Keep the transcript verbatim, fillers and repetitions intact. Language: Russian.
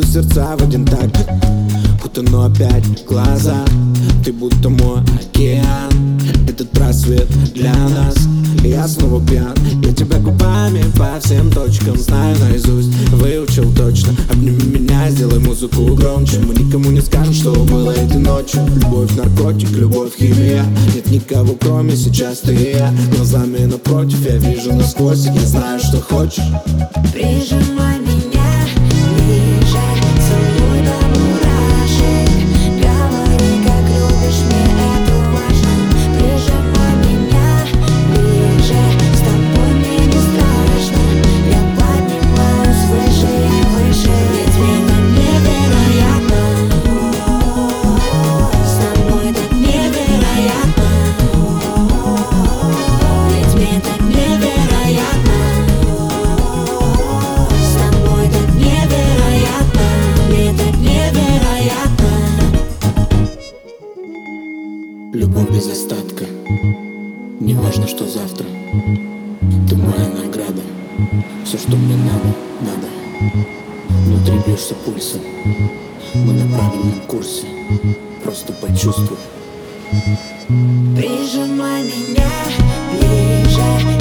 сердца в один такт, утону опять в глаза. Ты будто мой океан, этот рассвет для нас. Я снова пьян, я тебя губами по всем точкам знаю наизусть, выучил точно. Обними меня, сделай музыку громче. Мы никому не скажем, что было этой ночью. Любовь, наркотик, любовь, химия. Нет никого, кроме сейчас ты и я. Глазами напротив, я вижу насквозь. Я знаю, что хочешь. Прижимай меня ближе, целуй до мурашек. Говори, как любишь, мне это важно. Прижимай меня ближе, с тобой мне не страшно. Я поднимаюсь выше и выше, ведь мне так невероятно. С тобой так невероятно. Ведь мне так невероятно. С тобой так невероятно. Мне так невероятно. Любовь без остатка, не важно, что завтра. Ты моя награда, все, что мне надо, надо. Внутри бьешься пульсом, мы на правильном курсе. Просто почувствуй. Прижимай меня ближе,